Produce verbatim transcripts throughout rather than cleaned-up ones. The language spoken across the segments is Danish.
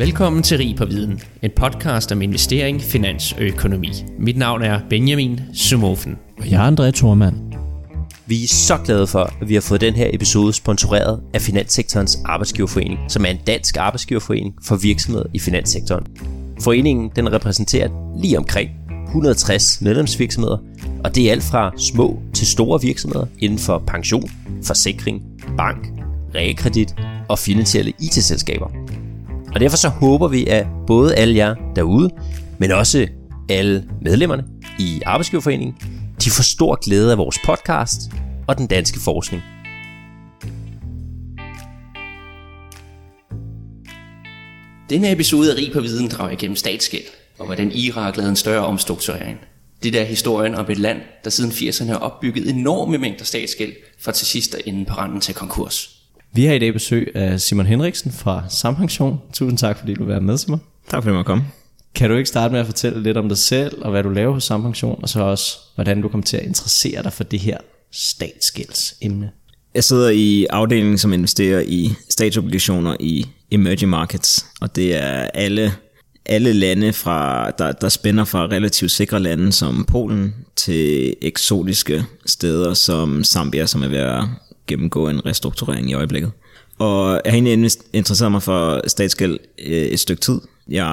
Velkommen til Rig på Viden, en podcast om investering, finans og økonomi. Mit navn er Benjamin Sumofen. Og jeg er André Thormand. Vi er så glade for, at vi har fået den her episode sponsoreret af Finanssektorens Arbejdsgiverforening, som er en dansk arbejdsgiverforening for virksomheder i finanssektoren. Foreningen den repræsenterer lige omkring et hundrede og tres medlemsvirksomheder, og det er alt fra små til store virksomheder inden for pension, forsikring, bank, realkredit og finansielle I T-selskaber. Og derfor så håber vi, at både alle jer derude, men også alle medlemmerne i Arbejdsgiverforeningen, de får stor glæde af vores podcast og den danske forskning. Denne episode af Rig på Viden drager igennem statsgæld, og hvordan Irak lavede en større omstrukturering. Det er historien om et land, der siden firserne har opbygget enorme mængder statsgæld, for til sidst at ende på randen til konkurs. Vi har i dag besøg af Simon Henriksen fra Sampension. Tusind tak, fordi du vil være med, Simon. Tak fordi du måtte komme. Kan du ikke starte med at fortælle lidt om dig selv, og hvad du laver hos Sampension, og så også, hvordan du kom til at interessere dig for det her statsgældsemne? Jeg sidder i afdelingen, som investerer i statsobligationer i emerging markets, og det er alle, alle lande, fra, der, der spænder fra relativt sikre lande som Polen til eksotiske steder som Zambia, som er ved at gennemgå en restrukturering i øjeblikket. Og jeg har egentlig interesseret mig for statsgæld et stykke tid. Jeg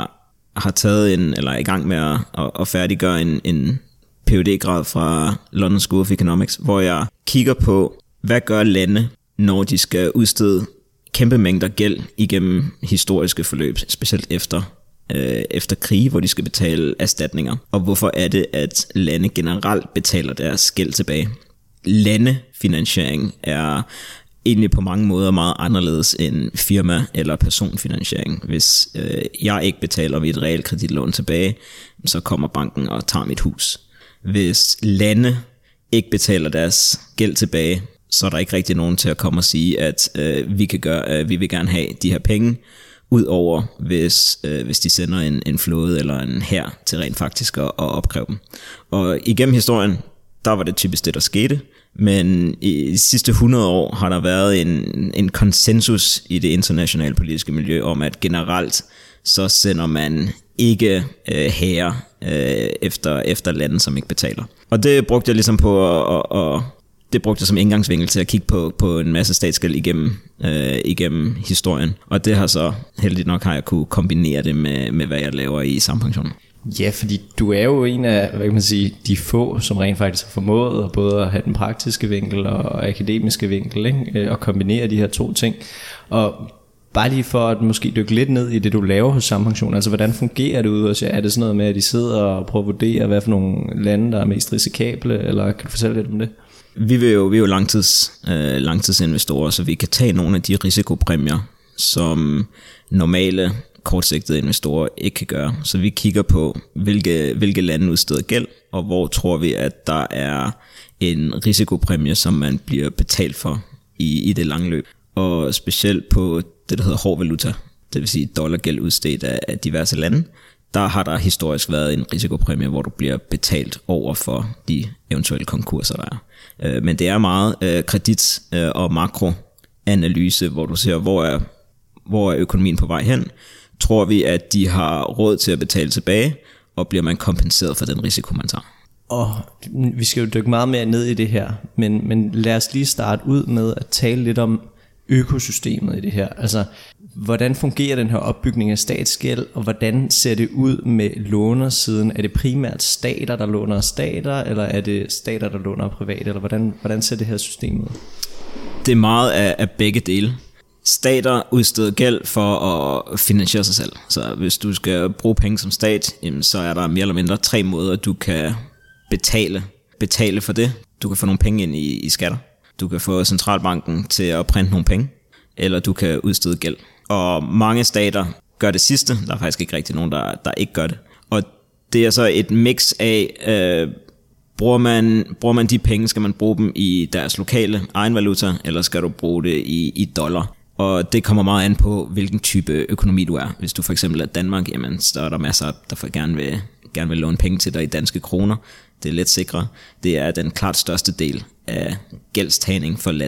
har taget en, eller er i gang med at, at færdiggøre en, en P H D-grad fra London School of Economics, hvor jeg kigger på, hvad gør lande, når de skal udstede kæmpe mængder gæld igennem historiske forløb, specielt efter, øh, efter krige, hvor de skal betale erstatninger. Og hvorfor er det, at lande generelt betaler deres gæld tilbage? Landefinansiering er egentlig på mange måder meget anderledes end firma- eller personfinansiering. Hvis øh, jeg ikke betaler mit realkreditlån tilbage, så kommer banken og tager mit hus. Hvis lande ikke betaler deres gæld tilbage, så er der ikke rigtig nogen til at komme og sige, at øh, vi kan gøre, øh, vi vil gerne have de her penge, udover hvis, øh, hvis de sender en, en flåde eller en hær til rent faktisk at, at opkræve dem. Og igennem historien, der var det typisk det, der skete. Men i de sidste hundrede år har der været en, en konsensus i det internationale politiske miljø om, at generelt så sender man ikke øh, hære øh, efter, efter lande, som ikke betaler. Og det brugte jeg ligesom på at, at, at det brugte jeg som indgangsvinkel til at kigge på, på en masse statsgæld igennem, øh, igennem historien. Og det har så heldigt nok har jeg kunne kombinere det med, med hvad jeg laver i Sampension. Ja, fordi du er jo en af, hvad kan man sige, de få, som rent faktisk har formået at både at have den praktiske vinkel og akademiske vinkel, ikke? Og kombinere de her to ting. Og bare lige for at måske dykke lidt ned i det, du laver hos Sampension, altså hvordan fungerer det ude hos jer? Er det sådan noget med, at de sidder og prøver at vurdere, hvad for nogle lande, der er mest risikable, eller kan du fortælle lidt om det? Vi er jo, vi er jo langtids, øh, langtidsinvestorer, så vi kan tage nogle af de risikopræmier, som normale kortsigtede investorer ikke kan gøre. Så vi kigger på, hvilke, hvilke lande udsteder gæld, og hvor tror vi, at der er en risikopræmie, som man bliver betalt for i, i det lange løb. Og specielt på det, der hedder hård valuta, det vil sige dollargæld udstedt af, af diverse lande, der har der historisk været en risikopræmie, hvor du bliver betalt over for de eventuelle konkurser, der er. Men det er meget øh, kredit- øh, og makroanalyse, hvor du ser, hvor er, hvor er økonomien på vej hen. Tror vi, at de har råd til at betale tilbage, og bliver man kompenseret for den risiko, man tager? Og vi skal jo dykke meget mere ned i det her, men, men lad os lige starte ud med at tale lidt om økosystemet i det her. Altså, hvordan fungerer den her opbygning af statsgæld, og hvordan ser det ud med lånersiden? Er det primært stater, der låner stater, eller er det stater, der låner private, eller hvordan, hvordan ser det her system ud? Det er meget af, af begge dele. Stater udsteder gæld for at finansiere sig selv. Så hvis du skal bruge penge som stat, jamen, så er der mere eller mindre tre måder, du kan betale, betale for det. Du kan få nogle penge ind i, i skatter. Du kan få centralbanken til at printe nogle penge, eller du kan udstede gæld. Og mange stater gør det sidste. Der er faktisk ikke rigtig nogen, der, der ikke gør det. Og det er så et mix af, øh, bruger, man, bruger man de penge, skal man bruge dem i deres lokale egen valuta, eller skal du bruge det i, i dollar? Og det kommer meget an på, hvilken type økonomi du er. Hvis du for eksempel er Danmark, jamen, så er der masser, der for gerne vil, gerne vil låne penge til dig i danske kroner. Det er lidt sikre. Det er den klart største del af gældstagning for landet.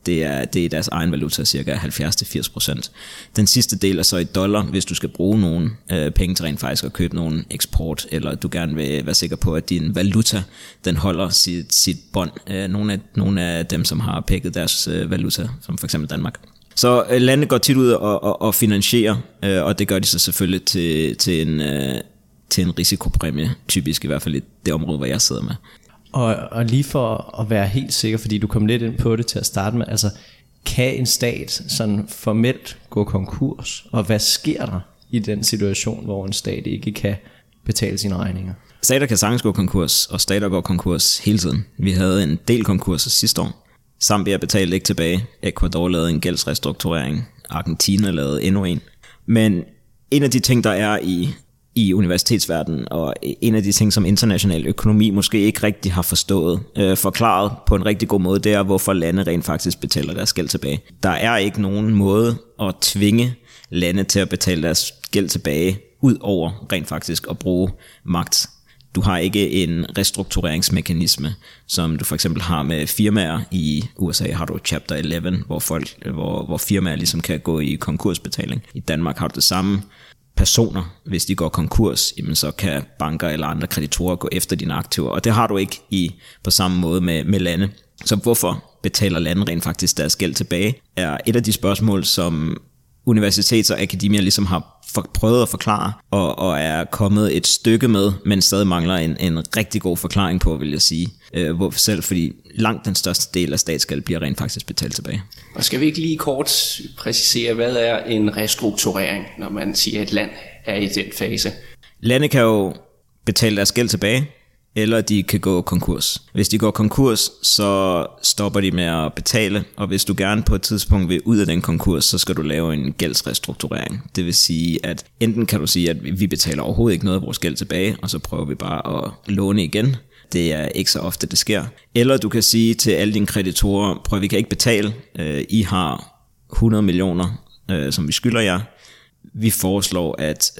Det er, det er deres egen valuta, cirka halvfjerds til firs procent. Den sidste del er så i dollar, hvis du skal bruge nogle øh, penge til rent faktisk at købe nogle eksport, eller du gerne vil være sikker på, at din valuta, den holder sit, sit bånd. Øh, nogle, af, nogle af dem, som har pækket deres øh, valuta, som for eksempel Danmark. Så øh, lande går tit ud og, og, og finansierer, øh, og det gør de så selvfølgelig til, til, en, øh, til en risikopræmie, typisk i hvert fald i det område, hvor jeg sidder med. Og, og lige for at være helt sikker, fordi du kom lidt ind på det til at starte med, altså kan en stat sådan formelt gå konkurs, og hvad sker der i den situation, hvor en stat ikke kan betale sine regninger? Stater kan sagtens gå konkurs, og stater går konkurs hele tiden. Vi havde en del konkurser sidste år. Zambia betalte ikke tilbage. Ecuador lavede en gældsrestrukturering. Argentina lavede endnu en. Men en af de ting, der er i, i universitetsverdenen, og en af de ting, som international økonomi måske ikke rigtig har forstået, øh, forklaret på en rigtig god måde, det er, hvorfor lande rent faktisk betaler deres gæld tilbage. Der er ikke nogen måde at tvinge lande til at betale deres gæld tilbage, ud over rent faktisk at bruge magt. Du har ikke en restruktureringsmekanisme, som du for eksempel har med firmaer. I U S A har du Chapter elleve, hvor, folk, hvor, hvor firmaer ligesom kan gå i konkursbetaling. I Danmark har du det samme. Personer, hvis de går konkurs, jamen så kan banker eller andre kreditorer gå efter dine aktiver, og det har du ikke i, på samme måde med, med lande. Så hvorfor betaler lande rent faktisk deres gæld tilbage, er et af de spørgsmål, som universitets- og akademier ligesom har for, prøvet at forklare, og, og er kommet et stykke med, men stadig mangler en, en rigtig god forklaring på, vil jeg sige. Øh, hvor selv, fordi langt den største del af statsgæld bliver rent faktisk betalt tilbage. Og skal vi ikke lige kort præcisere, hvad er en restrukturering, når man siger, at et land er i den fase? Lande kan jo betale deres gæld tilbage, eller de kan gå konkurs. Hvis de går konkurs, så stopper de med at betale, og hvis du gerne på et tidspunkt vil ud af den konkurs, så skal du lave en gældsrestrukturering. Det vil sige, at enten kan du sige, at vi betaler overhovedet ikke noget af vores gæld tilbage, og så prøver vi bare at låne igen. Det er ikke så ofte, det sker. Eller du kan sige til alle dine kreditorer, prøv, vi kan ikke betale. I har hundrede millioner, som vi skylder jer. Vi foreslår, at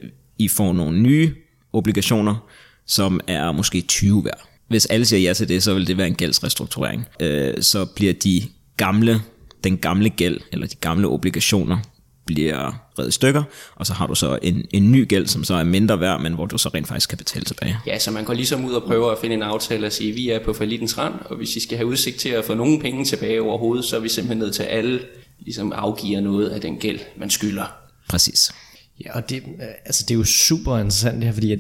I får nogle nye obligationer, som er måske tyve værd. Hvis alle siger ja til det, så vil det være en gældsrestrukturering. Øh, så bliver de gamle, den gamle gæld, eller de gamle obligationer, bliver revet i stykker, og så har du så en, en ny gæld, som så er mindre værd, men hvor du så rent faktisk kan betale tilbage. Ja, så man går ligesom ud og prøver at finde en aftale og sige, vi er på fallittens rand, og hvis I skal have udsigt til at få nogle penge tilbage overhovedet, så er vi simpelthen nødt til at alle ligesom afgiver noget af den gæld, man skylder. Præcis. Ja, og det, altså det er jo super interessant det her, fordi at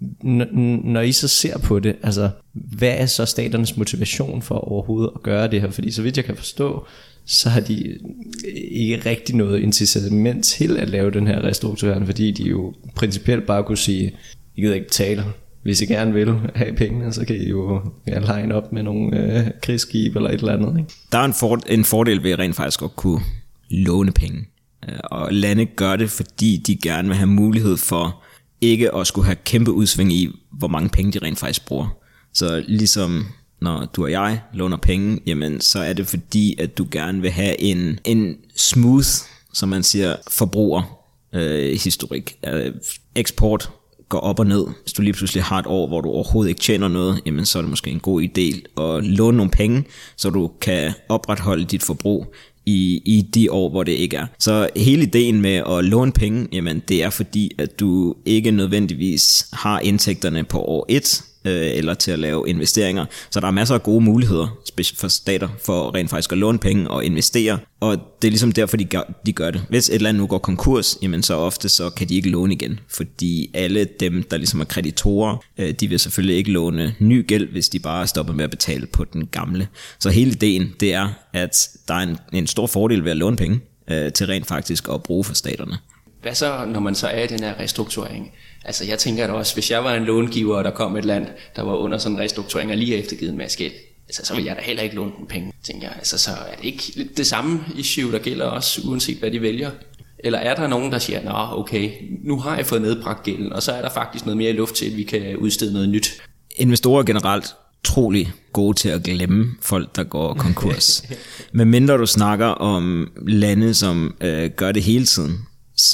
når I så ser på det, altså hvad er så staternes motivation for overhovedet at gøre det her? Fordi så vidt jeg kan forstå, så har de ikke rigtig noget incitament til at lave den her restrukturering, fordi de jo principielt bare kunne sige, I gider ikke betale. Hvis I gerne vil have pengene, så kan I jo ja, line op med nogle øh, krigsskib eller et eller andet. Ikke? Der er en, for, en fordel ved rent faktisk at kunne låne penge. Og lande gør det, fordi de gerne vil have mulighed for ikke at skulle have kæmpe udsving i, hvor mange penge de rent faktisk bruger. Så ligesom når du og jeg låner penge, jamen så er det fordi, at du gerne vil have en, en smooth, som man siger, forbruger øh, historik. Øh, eksport går op og ned. Hvis du lige pludselig har et år, hvor du overhovedet ikke tjener noget, jamen så er det måske en god idé at låne nogle penge, så du kan opretholde dit forbrug i, i de år, hvor det ikke er. Så hele ideen med at låne penge, jamen det er fordi, at du ikke nødvendigvis har indtægterne på år et, øh, eller til at lave investeringer. Så der er masser af gode muligheder for stater for rent faktisk at låne penge og investere, og det er ligesom derfor, de gør, de gør det. Hvis et land nu går konkurs, jamen så ofte så kan de ikke låne igen, fordi alle dem, der ligesom er kreditorer, øh, de vil selvfølgelig ikke låne ny gæld, hvis de bare stopper med at betale på den gamle. Så hele ideen, det er, at der er en, en stor fordel ved at låne penge øh, til rent faktisk at bruge for staterne. Hvad så, når man så er i den her restrukturering? Altså jeg tænker da også, hvis jeg var en långiver, og der kom et land, der var under sådan en restrukturering og lige har eftergivet en masse gæld, altså, så vil jeg da heller ikke låne den penge, tænker jeg. Altså så er det ikke lidt det samme issue, der gælder også, uanset hvad de vælger? Eller er der nogen, der siger, nå okay, nu har jeg fået nedbragt gælden, og så er der faktisk noget mere i luft til, at vi kan udstede noget nyt? Investorer generelt trolig gode til at glemme folk, der går konkurs. Men mindre du snakker om lande, som øh, gør det hele tiden, så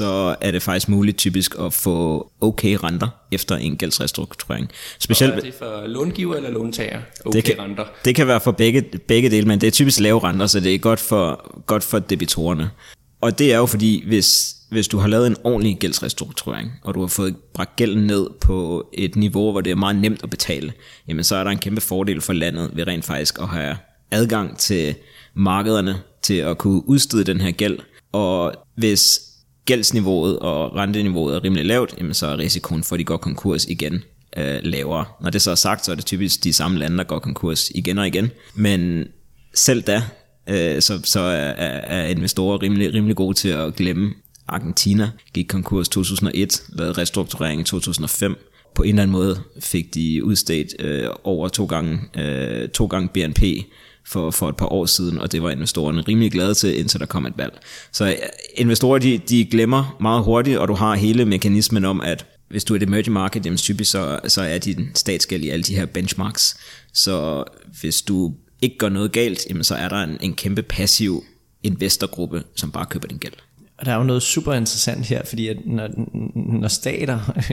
så er det faktisk muligt typisk at få okay renter efter en gældsrestrukturering. Specielt, og er det for långiver eller låntager? Okay det kan, renter? Det kan være for begge, begge dele, men det er typisk lave renter, så det er godt for, godt for debitorerne. Og det er jo fordi, hvis, hvis du har lavet en ordentlig gældsrestrukturering, og du har fået bragt gælden ned på et niveau, hvor det er meget nemt at betale, jamen så er der en kæmpe fordel for landet ved rent faktisk at have adgang til markederne til at kunne udstede den her gæld. Og hvis gældsniveauet og renteniveauet er rimelig lavt, jamen så er risikoen for, at de går konkurs igen øh, lavere. Når det så er sagt, så er det typisk de samme lande, der går konkurs igen og igen. Men selv da, øh, så, så er, er investorer rimelig, rimelig gode til at glemme. Argentina gik konkurs to tusind og et, lavede restrukturering i to tusind og fem. På en eller anden måde fik de udstedt øh, over to gange, øh, to gange B N P for, for et par år siden, og det var investorerne rimelig glade til, indtil der kom et valg. Så investorer, de, de glemmer meget hurtigt, og du har hele mekanismen om, at hvis du er et emerging market, jamen typisk så, så er din statsgæld i alle de her benchmarks. Så hvis du ikke gør noget galt, jamen så er der en, en kæmpe passiv investorgruppe, som bare køber din gæld. Og der er jo noget super interessant her, fordi at når, når stater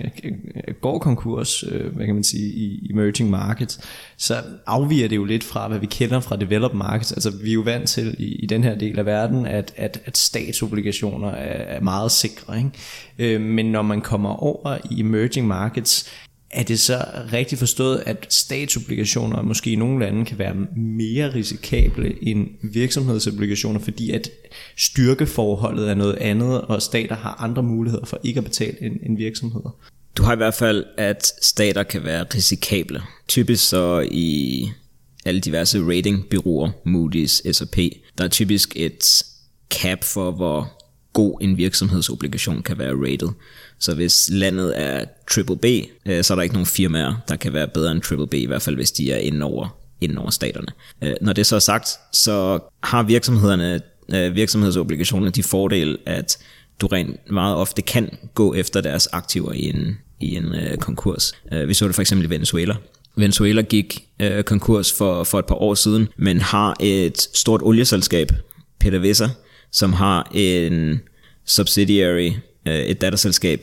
går konkurs, hvad kan man sige, i emerging markets, så afviger det jo lidt fra, hvad vi kender fra developed markets. Altså vi er jo vant til i, i den her del af verden, at, at, at statsobligationer er, er meget sikre, ikke? Men når man kommer over i emerging markets, er det så rigtig forstået, at statsobligationer måske i nogle lande kan være mere risikable end virksomhedsobligationer, fordi at styrkeforholdet er noget andet, og stater har andre muligheder for ikke at betale end, end virksomheder? Du har i hvert fald, at stater kan være risikable. Typisk så i alle diverse ratingbureauer, Moody's, S og P, der er typisk et cap for, hvor god en virksomhedsobligation kan være rated. Så hvis landet er triple B, så er der ikke nogen firmaer, der kan være bedre end triple B, i hvert fald hvis de er inden over, inden over staterne. Når det så er sagt, så har virksomhederne, virksomhedsobligationer de fordel, at du rent meget ofte kan gå efter deres aktiver i en, i en konkurs. Vi så det for eksempel i Venezuela. Venezuela gik konkurs for, for et par år siden, men har et stort olieselskab, PDVSA, som har en subsidiary, et datterselskab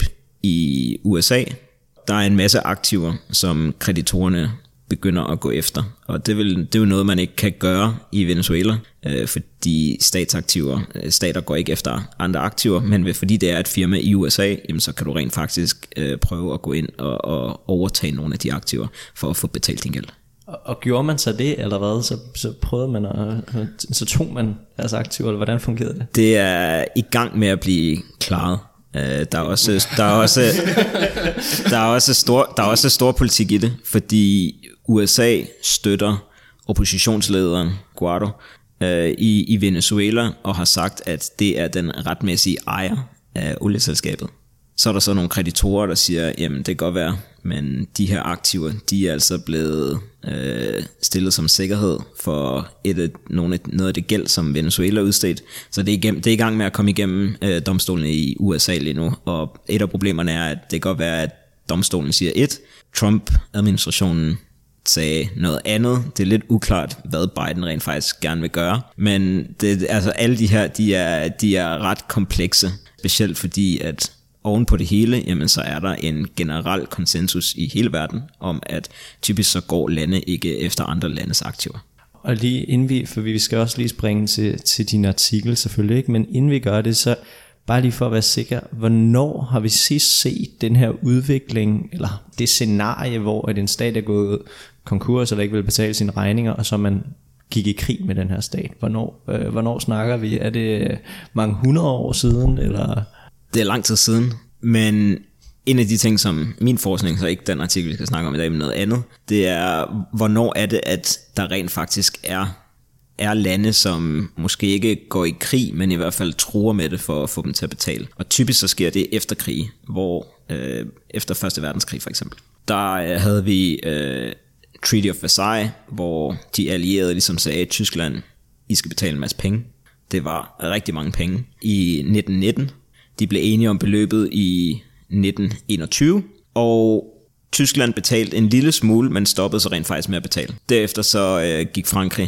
i U S A. Der er en masse aktiver, som kreditorerne begynder at gå efter. Og det, vil, det er jo noget, man ikke kan gøre i Venezuela, øh, fordi statsaktiver, stater går ikke efter andre aktiver, men fordi det er et firma i U S A, jamen, så kan du rent faktisk øh, prøve at gå ind og, og overtage nogle af de aktiver, for at få betalt din gæld. Og, og gjorde man så det, eller hvad? Så, så prøvede man at, så tog man deres aktiver, eller hvordan fungerede det? Det er i gang med at blive klaret. Der er også der er også der er også stor der er også stor politik i det, fordi U S A støtter oppositionslederen Guaido øh, i i Venezuela og har sagt, at det er den retmæssige ejer af olieselskabet. Så er der så nogle kreditorer, der siger, jamen det kan godt være, men de her aktiver, de er altså blevet øh, stillet som sikkerhed for et af, nogle, noget af det gæld, som Venezuela har udstedt. Så det er, igennem, det er i gang med at komme igennem øh, domstolen i U S A lige nu. Og et af problemerne er, at det kan godt være, at domstolen siger et. Trump-administrationen sagde noget andet. Det er lidt uklart, hvad Biden rent faktisk gerne vil gøre. Men det, altså, alle de her, de er, de er ret komplekse. Specielt fordi, at oven på det hele, jamen så er der en generel konsensus i hele verden om, at typisk så går lande ikke efter andre landes aktiver. Og lige inden vi, for vi skal også lige springe til, til din artikel selvfølgelig, ikke? Men inden vi gør det, så bare lige for at være sikker, hvornår har vi sidst set den her udvikling, eller det scenarie, hvor at en stat er gået konkurs, eller ikke vil betale sine regninger, og så man gik i krig med den her stat? Hvornår, øh, hvornår snakker vi? Er det mange hundrede år siden, eller? Det er lang tid siden, men en af de ting, som min forskning, så ikke den artikel, vi skal snakke om i dag, men noget andet, det er, hvornår er det, at der rent faktisk er, er lande, som måske ikke går i krig, men i hvert fald truer med det for at få dem til at betale. Og typisk så sker det efter krig, hvor øh, efter første verdenskrig for eksempel. Der øh, havde vi øh, Treaty of Versailles, hvor de allierede ligesom sagde, Tyskland, I skal betale en masse penge. Det var rigtig mange penge. I nitten nitten, de blev enige om beløbet i nitten enogtyve, og Tyskland betalte en lille smule, men stoppede så rent faktisk med at betale. Derefter så øh, gik Frankrig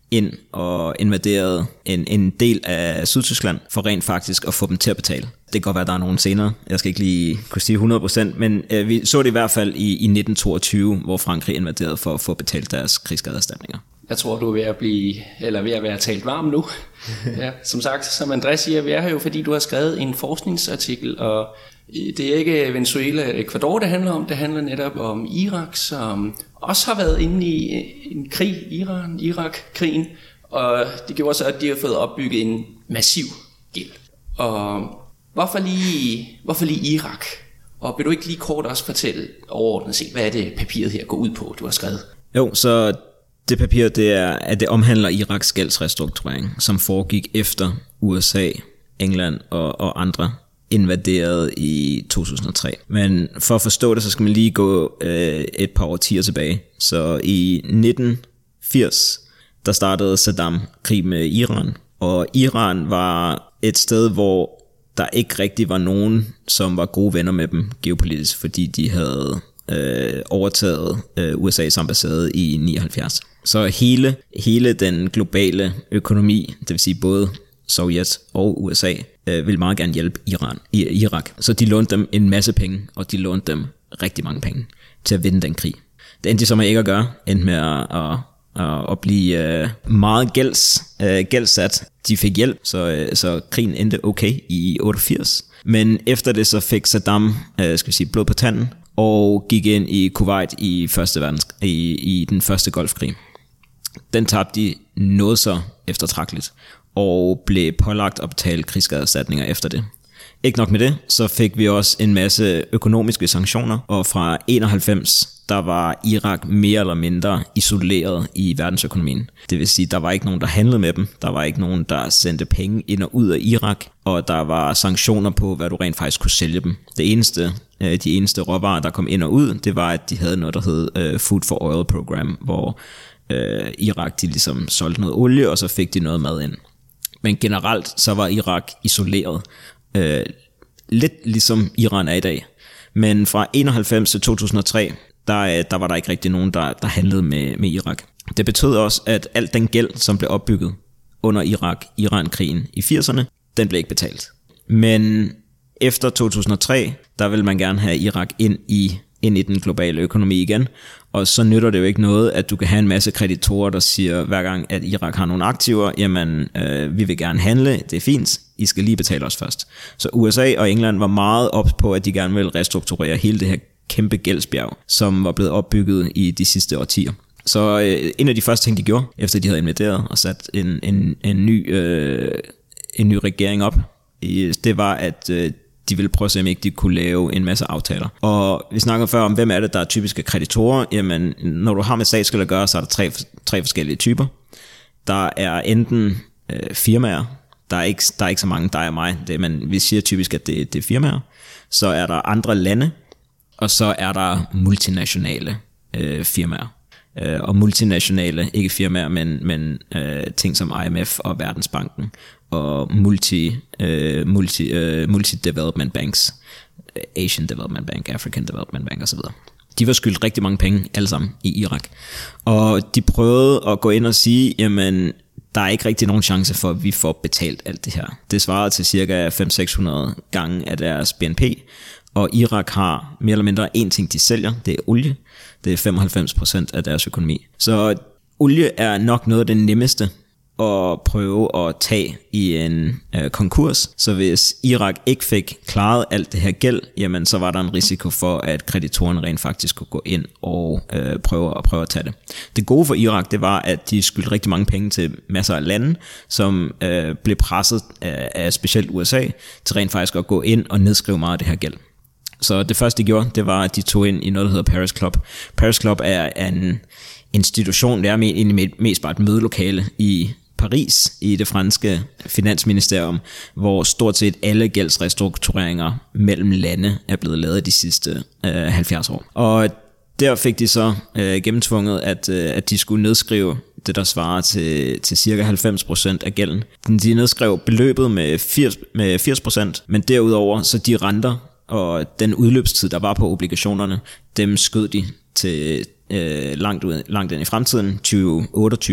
ind og invaderede en, en del af Sydtyskland for rent faktisk at få dem til at betale. Det kan godt være, at der er nogen senere. Jeg skal ikke lige kunne sige hundrede procent, men øh, vi så det i hvert fald i, i nitten toogtyve, hvor Frankrig invaderede for at få betalt deres krigsskadeerstatninger. Jeg tror, du er ved at blive, eller ved at være talt varm nu. Ja, som sagt, som Andreas siger, vi er her jo, fordi du har skrevet en forskningsartikel, og det er ikke Venezuela og Ecuador, det handler om. Det handler netop om Irak, som også har været inde i en krig, Iran, Irak-krigen, og det gjorde så, at de har fået opbygget en massiv gæld. Og hvorfor lige, hvorfor lige Irak? Og vil du ikke lige kort også fortælle overordnet set, hvad er det papiret her går ud på, du har skrevet? Jo, så det papir, det er, at det omhandler Iraks gældsrestrukturering, som foregik efter U S A, England og, og andre invaderede i to tusind og tre. Men for at forstå det, så skal man lige gå øh, et par årtier tilbage. Så i nitten firs, der startede Saddam krig med Iran, og Iran var et sted, hvor der ikke rigtig var nogen, som var gode venner med dem geopolitisk, fordi de havde øh, overtaget øh, U S A's ambassade i nioghalvfjerds. Så hele, hele den globale økonomi, det vil sige både Sovjet og U S A, øh, ville meget gerne hjælpe Iran, i Irak. Så de lånte dem en masse penge, og de lånte dem rigtig mange penge til at vinde den krig. Det endte de så med ikke at gøre, endte med at, at, at, at blive øh, meget gælds, øh, gældsat. De fik hjælp, så, øh, så krigen endte okay i otteogfirs. Men efter det så fik Saddam øh, skal vi sige, blod på tanden, og gik ind i Kuwait i, første verdens, i, i den første golfkrig. Den tabte de noget så eftertragteligt, og blev pålagt at betale krigsskadeerstatninger efter det. Ikke nok med det, så fik vi også en masse økonomiske sanktioner, og fra enoghalvfems, der var Irak mere eller mindre isoleret i verdensøkonomien. Det vil sige, der var ikke nogen, der handlede med dem, der var ikke nogen, der sendte penge ind og ud af Irak, og der var sanktioner på, hvad du rent faktisk kunne sælge dem. Det eneste, de eneste råvarer, der kom ind og ud, det var, at de havde noget, der hed Food for Oil Program, hvor Irak de ligesom solgte noget olie, og så fik de noget mad ind. Men generelt så var Irak isoleret, øh, lidt ligesom Iran er i dag. Men fra enoghalvfems til to tusind og tre, der, der var der ikke rigtig nogen, der, der handlede med, med Irak. Det betød også, at al den gæld, som blev opbygget under Irak-Iran-krigen i firserne, den blev ikke betalt. Men efter to tusind og tre, der ville man gerne have Irak ind i ind i den globale økonomi igen, og så nytter det jo ikke noget, at du kan have en masse kreditorer, der siger hver gang, at Irak har nogle aktiver, jamen øh, vi vil gerne handle, det er fint, I skal lige betale os først. Så U S A og England var meget ops på, at de gerne ville restrukturere hele det her kæmpe gældsbjerg, som var blevet opbygget i de sidste årtier. Så øh, en af de første ting, de gjorde, efter de havde invaderet og sat en, en, en, ny, øh, en ny regering op, det var, at øh, de ville prøve at se, om ikke de kunne lave en masse aftaler. Og vi snakkede før om, hvem er det, der er typiske kreditorer. Jamen, når du har med statsgæld at gøre, så er der tre, tre forskellige typer. Der er enten øh, firmaer. Der er, ikke, der er ikke så mange, der er mig. Det, men vi siger typisk, at det, det er firmaer. Så er der andre lande, og så er der multinationale øh, firmaer. Øh, og multinationale, ikke firmaer, men, men øh, ting som I M F og Verdensbanken og multi, øh, multi, øh, multi-development banks, Asian Development Bank, African Development Bank osv. De var skyldt rigtig mange penge alle sammen i Irak. Og de prøvede at gå ind og sige, jamen, der er ikke rigtig nogen chance for, at vi får betalt alt det her. Det svarer til cirka fem hundrede til seks hundrede gange af deres B N P, og Irak har mere eller mindre én ting, de sælger, det er olie. Det er femoghalvfems procent af deres økonomi. Så olie er nok noget af det nemmeste at prøve at tage i en øh, konkurs. Så hvis Irak ikke fik klaret alt det her gæld, jamen så var der en risiko for, at kreditoren rent faktisk kunne gå ind og øh, prøve, at prøve at tage det. Det gode for Irak, det var, at de skyldte rigtig mange penge til masser af lande, som øh, blev presset af, af specielt U S A til rent faktisk at gå ind og nedskrive meget af det her gæld. Så det første de gjorde, det var, at de tog ind i noget, der hedder Paris Club. Paris Club er en institution, det er egentlig mest bare et mødelokale i Paris, i det franske finansministerium, hvor stort set alle gældsrestruktureringer mellem lande er blevet lavet de sidste øh, halvfjerds år. Og der fik de så øh, gennemtvunget, at, øh, at de skulle nedskrive det, der svarer til, til cirka halvfems procent af gælden. De nedskrev beløbet med firs, med firs procent, men derudover så de renter og den udløbstid, der var på obligationerne, dem skød de til øh, langt, ud, langt ind i fremtiden, tyve otteogtyve.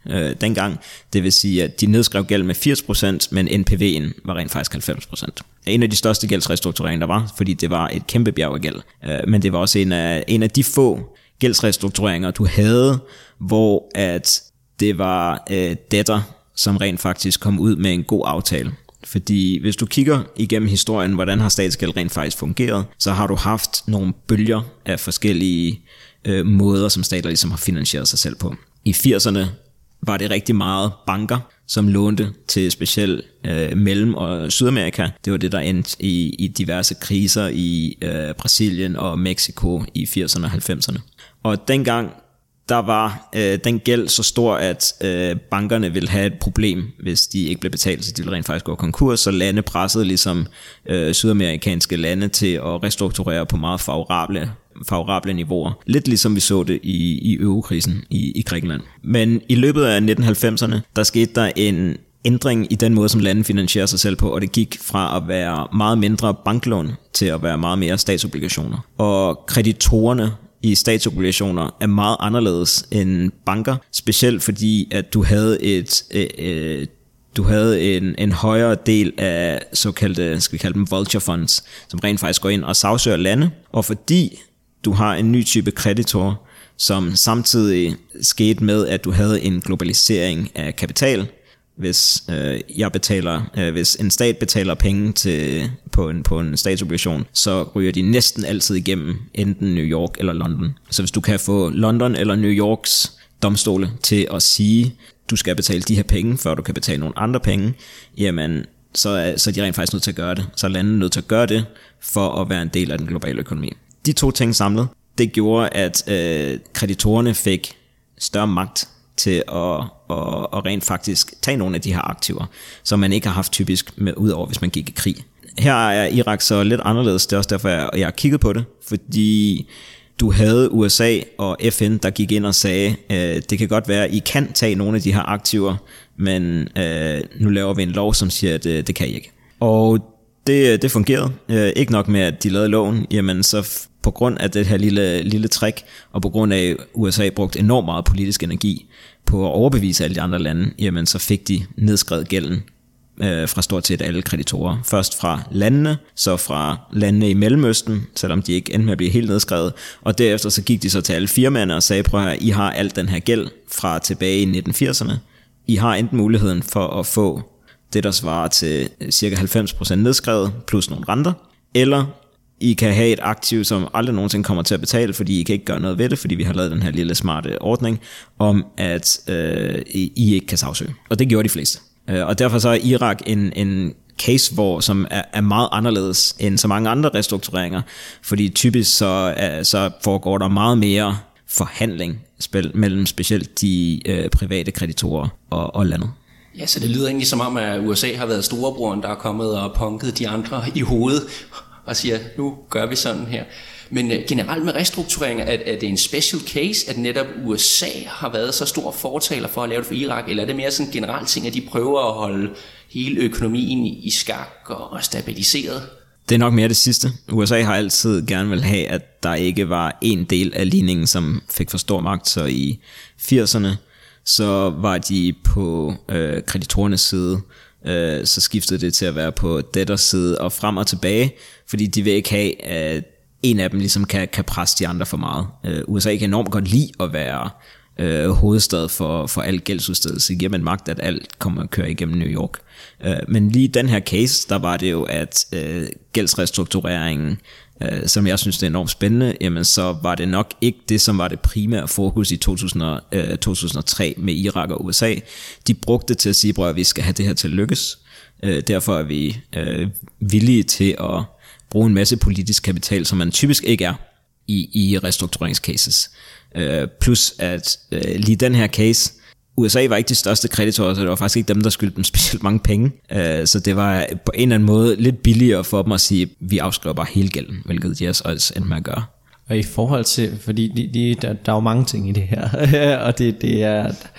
øh, dengang. Det vil sige, at de nedskrev gæld med firs procent, men N P V'en var rent faktisk halvfems procent. En af de største gældsrestruktureringer, der var, fordi det var et kæmpe bjerg af gæld. Øh, men det var også en af, en af de få gældsrestruktureringer, du havde, hvor at det var øh, debtor, som rent faktisk kom ud med en god aftale. Fordi hvis du kigger igennem historien, hvordan har statsgæld rent faktisk fungeret, så har du haft nogle bølger af forskellige øh, måder, som stater ligesom har finansieret sig selv på. I firserne var det rigtig meget banker, som lånte til specielt øh, Mellem- og Sydamerika. Det var det, der endte i, i diverse kriser i øh, Brasilien og Mexico i firserne og halvfemserne. Og dengang, der var øh, den gæld så stor, at øh, bankerne ville have et problem, hvis de ikke blev betalt, så de ville rent faktisk gå konkurs, så lande pressede ligesom øh, sydamerikanske lande til at restrukturere på meget favorable, favorable niveauer. Lidt ligesom vi så det i, i eurokrisen i, i Grækenland. Men i løbet af nitten halvfemserne, der skete der en ændring i den måde, som landet finansierer sig selv på, og det gik fra at være meget mindre banklån til at være meget mere statsobligationer. Og kreditorerne i statsobligationer er meget anderledes end banker, specielt fordi at du havde et øh, øh, du havde en, en højere del af såkaldte, skal vi kalde dem vulture funds, som rent faktisk går ind og sagsøger lande, og fordi du har en ny type kreditor, som samtidig skete med, at du havde en globalisering af kapital. Hvis øh, jeg betaler, øh, hvis en stat betaler penge til på en på en statsobligation, så ryger de næsten altid igennem enten New York eller London. Så hvis du kan få London eller New Yorks domstole til at sige, du skal betale de her penge, før du kan betale nogle andre penge, jamen så er, så er de rent faktisk nødt til at gøre det. Så er landene nødt til at gøre det for at være en del af den globale økonomi. De to ting samlet, det gjorde, at øh, kreditorerne fik større magt til at, at, at rent faktisk tage nogle af de her aktiver, som man ikke har haft typisk med, udover hvis man gik i krig. Her er Irak så lidt anderledes, det er også derfor, jeg, jeg har kigget på det, fordi du havde U S A og F N, der gik ind og sagde, øh, det kan godt være, at I kan tage nogle af de her aktiver, men øh, nu laver vi en lov, som siger, at øh, det kan I ikke. Og det, det fungerede. Øh, ikke nok med, at de lavede loven, jamen så f- på grund af det her lille, lille trick, og på grund af, at U S A brugte enormt meget politisk energi på at overbevise alle de andre lande, jamen så fik de nedskrevet gælden øh, fra stort set alle kreditorer. Først fra landene, så fra landene i Mellemøsten, selvom de ikke endte med at blive helt nedskrevet, og derefter så gik de så til alle firmaerne og sagde, prøv at I har alt den her gæld fra tilbage i nitten firserne. I har enten muligheden for at få det, der svarer til cirka halvfems procent nedskrevet, plus nogle renter, eller I kan have et aktiv, som aldrig nogensinde kommer til at betale, fordi I kan ikke gøre noget ved det, fordi vi har lavet den her lille smarte ordning, om at øh, I ikke kan sagsøge. Og det gjorde de fleste. Og derfor så er Irak en, en case, hvor, som er, er meget anderledes end så mange andre restruktureringer, fordi typisk så, er, så foregår der meget mere forhandling spil, mellem specielt de øh, private kreditorer og, og landet. Ja, så det lyder egentlig som om, at U S A har været storebroren, der er kommet og punket de andre i hovedet og siger, nu gør vi sådan her. Men generelt med restruktureringer, er, er det en special case, at netop U S A har været så stor fortaler for at lave det for Irak, eller er det mere sådan en generelt ting, at de prøver at holde hele økonomien i, i skak og stabiliseret? Det er nok mere det sidste. U S A har altid gerne vil have, at der ikke var en del af ligningen, som fik for stor magt, så i firserne, så var de på øh, kreditorernes side, øh, så skiftede det til at være på debtors side og frem og tilbage, fordi de vil ikke have, at en af dem ligesom kan, kan presse de andre for meget. Øh, U S A kan enormt godt lide at være øh, hovedstad for, for al gældsudstedelse, giver man magt, at alt kommer at køre igennem New York. Øh, men lige den her case, der var det jo, at øh, gældsrestruktureringen, øh, som jeg synes det er enormt spændende, jamen så var det nok ikke det, som var det primære fokus i to tusind og, øh, to tusind og tre med Irak og U S A. De brugte det til at sige, at vi skal have det her til at lykkes. Øh, derfor er vi øh, villige til at bruge en masse politisk kapital, som man typisk ikke er i, i restruktureringscases. Øh, plus at øh, lige den her case, U S A var ikke de største kreditorer, så det var faktisk ikke dem, der skyldte dem specielt mange penge. Øh, så det var på en eller anden måde lidt billigere for dem at sige, vi afskriver bare hele gælden, hvilket de også endte med at gøre. Og i forhold til, fordi de, de, der, der er jo mange ting i det her, og det, det, er,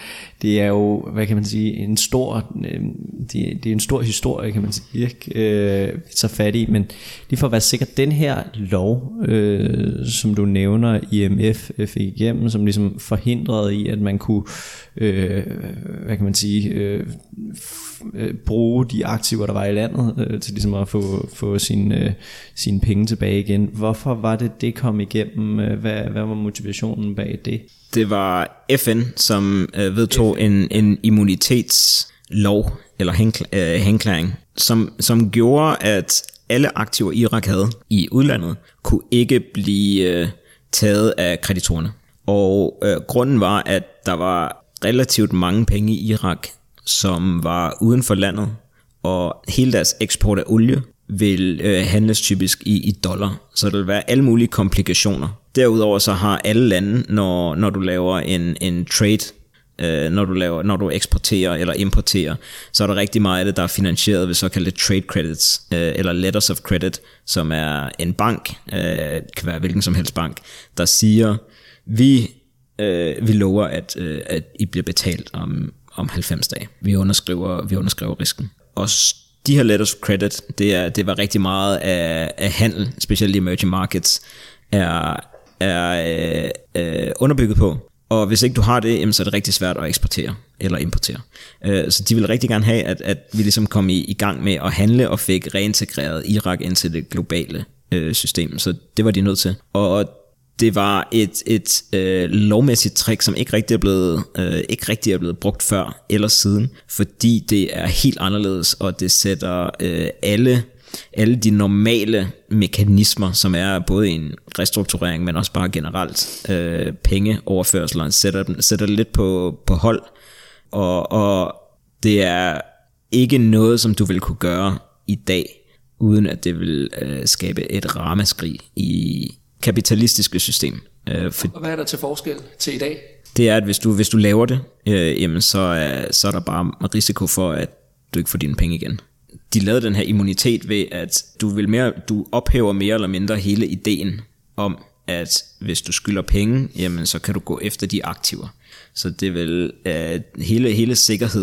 det er jo, hvad kan man sige, en stor, det, det er en stor historie, kan man sige, ikke? Øh, så fat i, men lige for at være sikker, den her lov, øh, som du nævner, I M F fik igennem, som ligesom forhindrede i, at man kunne, øh, hvad kan man sige, øh, f- bruge de aktiver, der var i landet, øh, til ligesom at få, få sine, øh, sine penge tilbage igen. Hvorfor var det, det kom igennem? Hvad, hvad var motivationen bag det? Det var F N, som øh, vedtog F N. en, en immunitetslov, eller henklæring, øh, som, som gjorde, at alle aktiver Irak havde i udlandet, kunne ikke blive øh, taget af kreditorerne. Og øh, grunden var, at der var relativt mange penge i Irak, som var uden for landet, og hele deres eksport af olie vil øh, handles typisk i, i dollar, så der vil være alle mulige komplikationer. Derudover så har alle lande, når, når du laver en, en trade, øh, når, du laver, når du eksporterer eller importerer, så er der rigtig meget af det, der er finansieret ved såkaldte trade credits, øh, eller letters of credit, som er en bank, øh, kan være hvilken som helst bank, der siger, vi, øh, vi lover, at, øh, at I bliver betalt om, om halvfems dage. Vi underskriver, vi underskriver risken. Og de her letters of credit, det, er, det var rigtig meget af, af handel, specielt i emerging markets, er, er øh, underbygget på. Og hvis ikke du har det, jamen, så er det rigtig svært at eksportere eller importere. Øh, så de vil rigtig gerne have, at, at vi ligesom kom i, i gang med at handle og fik reintegreret Irak ind til det globale øh, system. Så det var de nødt til. Og det var et, et øh, lovmæssigt trick, som ikke rigtig er blevet øh, ikke rigtig er blevet brugt før eller siden, fordi det er helt anderledes, og det sætter øh, alle alle de normale mekanismer, som er både i en restrukturering, men også bare generelt øh, pengeoverførsler, sætter dem sætter det lidt på på hold, og og det er ikke noget, som du vil kunne gøre i dag, uden at det vil øh, skabe et ramaskrig i kapitalistiske system. Øh, for og hvad er der til forskel til i dag? Det er, at hvis du, hvis du laver det, øh, jamen så, er, så er der bare risiko for, at du ikke får dine penge igen. De lavede den her immunitet ved, at du, vil mere, du ophæver mere eller mindre hele ideen om, at hvis du skylder penge, jamen så kan du gå efter de aktiver. Så det vil øh, hele, hele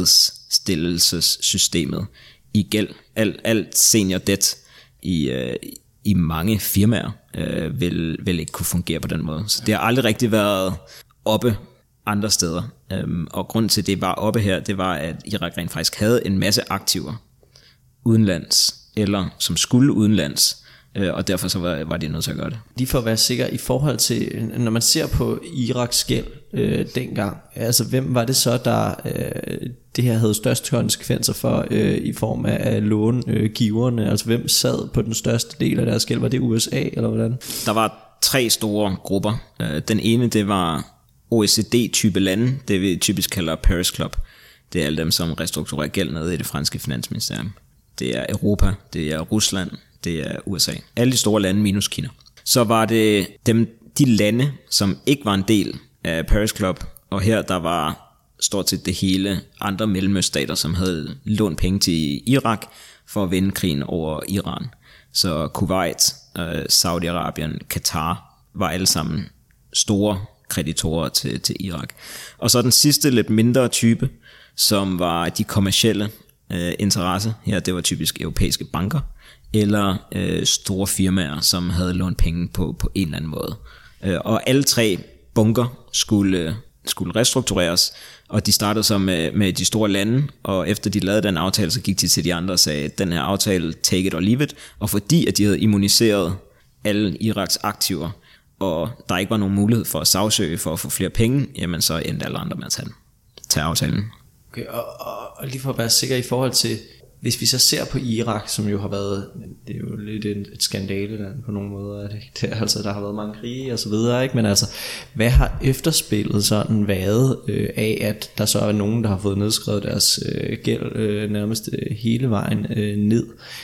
sikkerhedsstillelsessystemet i gæld, alt, alt senior debt i øh, i mange firmaer øh, vil, vil ikke kunne fungere på den måde. Så det har aldrig rigtig været oppe andre steder. Øhm, og grunden til, at det var oppe her, det var, at Irak rent faktisk havde en masse aktiver udenlands, eller som skulle udenlands, øh, og derfor så var, var de nødt til at gøre det. Lige for at være sikker, i forhold til, når man ser på Iraks gæld øh, dengang, altså hvem var det så, der øh, det her havde størst konsekvenser for øh, i form af, af långiverne, øh, altså hvem sad på den største del af deres gæld, var det U S A eller hvordan? Der var tre store grupper. Den ene, det var O E C D-type lande, det vi typisk kalder Paris Club. Det er alle dem, som restrukturerer gæld nede i det franske finansministerium. Det er Europa, det er Rusland, det er U S A. Alle de store lande minus Kina. Så var det dem, de lande, som ikke var en del af Paris Club, og her der var stort set det hele andre mellemøststater, som havde lånt penge til Irak for at vinde krigen over Iran. Så Kuwait, Saudi-Arabien, Katar var alle sammen store kreditorer til, til Irak. Og så den sidste lidt mindre type, som var de kommercielle øh, interesse. Her det var typisk europæiske banker eller øh, store firmaer, som havde lånt penge på, på en eller anden måde. Øh, og alle tre bunker skulle, skulle restruktureres, og de startede så med, med de store lande, og efter de lavede den aftale, så gik de til de andre og sagde, den her aftale, take it or leave it, og fordi at de havde immuniseret alle Iraks aktiver, og der ikke var nogen mulighed for at sagsøge for at få flere penge, jamen så endte alle andre med at tage, den, tage aftalen. Okay, og, og, og lige for at være sikker i forhold til, hvis vi så ser på Irak, som jo har været, det er jo lidt et, et skandale på nogle måder, det, det, altså der har været mange krige og så videre, ikke? Men altså, hvad har efterspillet sådan været øh, af, at der så er nogen, der har fået nedskrevet deres øh, gæld øh, nærmest øh, hele vejen øh, ned?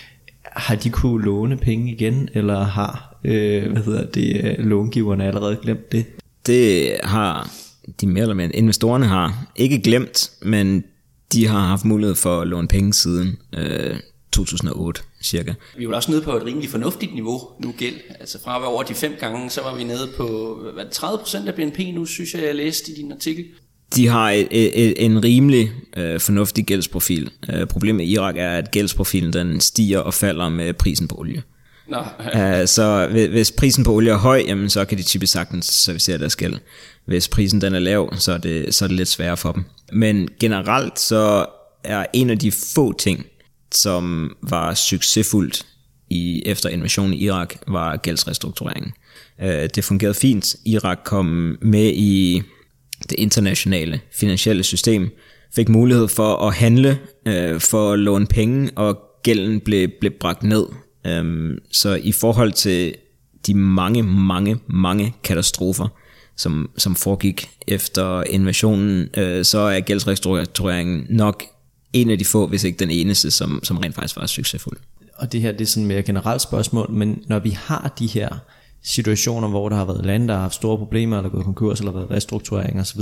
Har de kunne låne penge igen, eller har øh, hvad hedder det, långiverne allerede glemt det? Det har de mere eller mindre, investorerne har ikke glemt, men de har haft mulighed for at låne penge siden øh, to tusind og otte cirka. Vi er jo også nede på et rimelig fornuftigt niveau nu gæld. Altså fra at være over de fem gange, så var vi nede på hvad, tredive procent af B N P nu, synes jeg, jeg læste i din artikel. De har et, et, en rimelig øh, fornuftig gældsprofil. Øh, problemet i Irak er, at gældsprofilen den stiger og falder med prisen på olie. Nå. uh, så hvis prisen på olie er høj, jamen, så kan de typisk sagtens servicere deres gæld. Hvis prisen den er lav, så er, det, så er det lidt sværere for dem. Men generelt så er en af de få ting, som var succesfuldt i, efter invasionen i Irak, var gældsrestruktureringen. Uh, det fungerede fint. Irak kom med i det internationale finansielle system, fik mulighed for at handle, uh, for at låne penge, og gælden blev, blev bragt ned. Um, så i forhold til de mange, mange, mange katastrofer, som, som foregik efter invasionen, uh, så er gældsrestruktureringen nok en af de få, hvis ikke den eneste, som, som rent faktisk var succesfuld. Og det her det er sådan et mere generelt spørgsmål, men når vi har de her situationer, hvor der har været lande, der har haft store problemer, eller gået konkurs, eller været restrukturering osv.,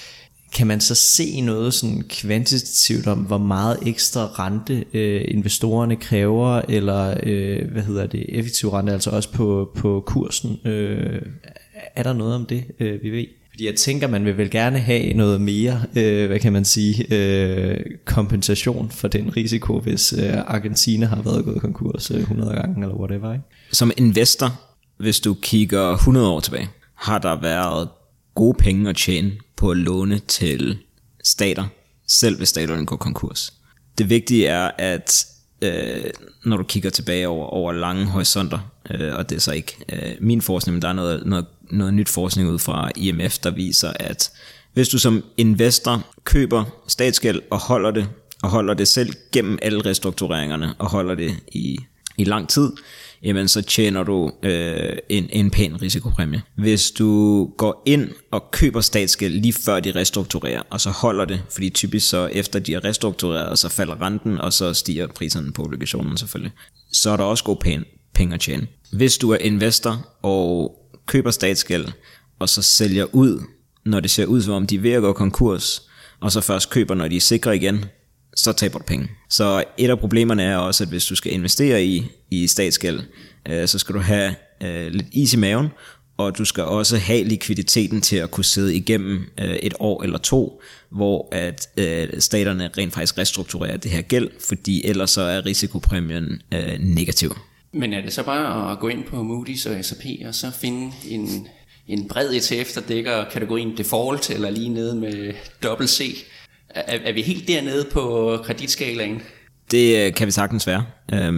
kan man så se noget sådan kvantitativt om, hvor meget ekstra rente øh, investorerne kræver, eller øh, hvad hedder det, effektiv rente, altså også på, på kursen? Øh, er der noget om det, øh, vi ved? Fordi jeg tænker, man vil vel gerne have noget mere, øh, hvad kan man sige, øh, kompensation for den risiko, hvis øh, Argentina har været gået konkurs øh, hundrede gange, eller whatever, ikke? Som investor, hvis du kigger hundrede år tilbage, har der været gode penge at tjene på at låne til stater, selv hvis staterne går konkurs. Det vigtige er, at øh, når du kigger tilbage over, over lange horisonter, øh, og det er så ikke øh, min forskning, men der er noget, noget, noget nyt forskning ud fra I M F, der viser, at hvis du som investor køber statsgæld og holder det, og holder det selv gennem alle restruktureringerne, og holder det i, i lang tid, jamen så tjener du øh, en, en pæn risikopræmie. Hvis du går ind og køber statsgæld lige før de restrukturerer, og så holder det, fordi typisk så efter de er restruktureret, så falder renten, og så stiger priserne på obligationen selvfølgelig, så er der også god pæn, penge at tjene. Hvis du er investor og køber statsgæld, og så sælger ud, når det ser ud som om de er ved at gå konkurs, og så først køber, når de er sikre igen, så taber du penge. Så et af problemerne er også, at hvis du skal investere i, i statsgæld, øh, så skal du have øh, lidt is i maven, og du skal også have likviditeten til at kunne sidde igennem øh, et år eller to, hvor at øh, staterne rent faktisk restrukturerer det her gæld, fordi ellers så er risikopræmien øh, negativ. Men er det så bare at gå ind på Moody's og S og P og så finde en, en bred E T F, der dækker kategorien default eller lige nede med dobbelt C? Er, er vi helt dernede på kreditskalaen? Det kan vi sagtens være.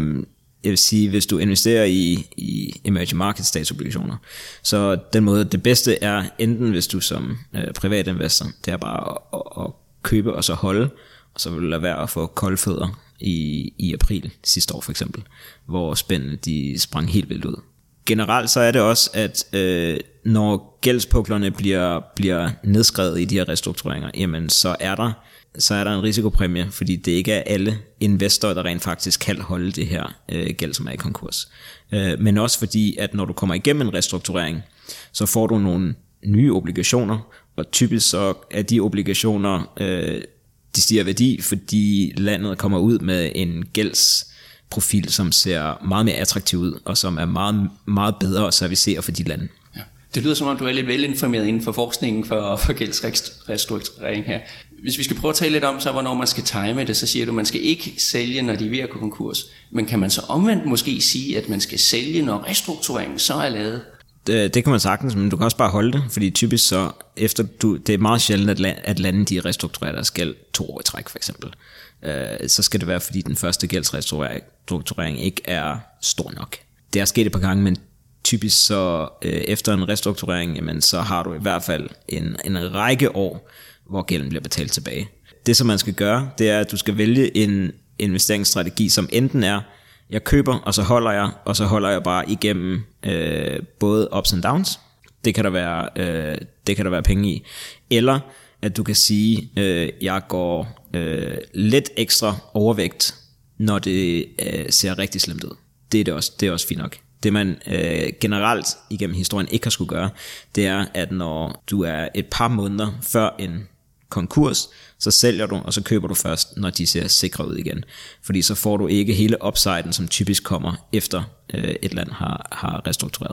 Jeg vil sige, hvis du investerer i, i emerging market statsobligationer, så den måde, det bedste er enten hvis du som øh, privatinvestor, det er bare at, at, at købe og så holde, og så vil du lade være at få kolde fødder i, i april sidste år for eksempel, hvor spændene de sprang helt vildt ud. Generelt så er det også, at øh, når gældspuklerne bliver, bliver nedskrevet i de her restruktureringer, jamen så er der så er der en risikopræmie, fordi det ikke er alle investorer, der rent faktisk kan holde det her øh, gæld, som er i konkurs. Øh, men også fordi, at når du kommer igennem en restrukturering, så får du nogle nye obligationer, og typisk så er de obligationer, øh, de stiger værdi, fordi landet kommer ud med en gældsprofil, som ser meget mere attraktiv ud, og som er meget, meget bedre at servicere for de lande. Ja. Det lyder som om, du er lidt velinformeret inden for forskningen for, for gældsrestrukturering her. Hvis vi skal prøve at tale lidt om, så hvornår man skal time det, så siger du, at man skal ikke sælge, når de er ved at gå konkurs. Men kan man så omvendt måske sige, at man skal sælge, når restruktureringen så er lavet? Det, det kan man sagtens, men du kan også bare holde det, fordi typisk så, efter du, det er meget sjældent, at, land, at lande de restrukturerer deres gæld to år i træk for eksempel. Uh, så skal det være, fordi den første gældsrestrukturering ikke er stor nok. Det er sket et par gange, men typisk så uh, efter en restrukturering, jamen, så har du i hvert fald en, en række år, hvor gælden bliver betalt tilbage. Det som man skal gøre, det er at du skal vælge en investeringsstrategi, som enten er, jeg køber, og så holder jeg, og så holder jeg bare igennem øh, både ups and downs, det kan der være, øh, det kan der være penge i, eller at du kan sige, øh, jeg går øh, lidt ekstra overvægt, når det øh, ser rigtig slemt ud. Det er, det også, det er også fint nok. Det man øh, generelt igennem historien ikke har skulle gøre, det er, at når du er et par måneder før en konkurs, så sælger du, og så køber du først, når de ser sikre ud igen. Fordi så får du ikke hele upsiden, som typisk kommer efter øh, et land har, har restruktureret.